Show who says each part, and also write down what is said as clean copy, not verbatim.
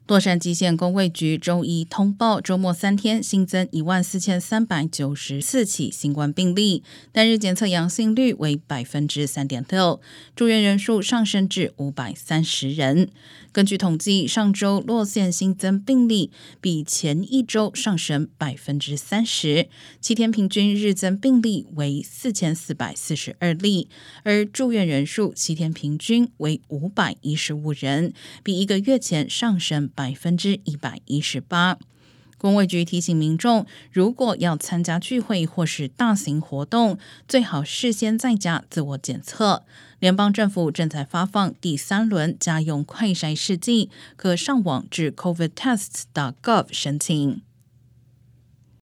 Speaker 1: 洛杉矶县公卫局周一通报，周末3天新增14394起新冠病例，单日检测阳性率为 3.6%， 住院人数上升至530人。根据统计，上周洛县新增病例比前一周上升 30%， 7天平均日增病例为4442例，而住院人数7天平均为515人，比1个月前上升118%。公卫局提醒民众，如果要参加聚会或是大型活动，最好事先在家自我检测。联邦政府正在发放第3轮家用快筛试剂，可上网至 covidtests.gov 申请。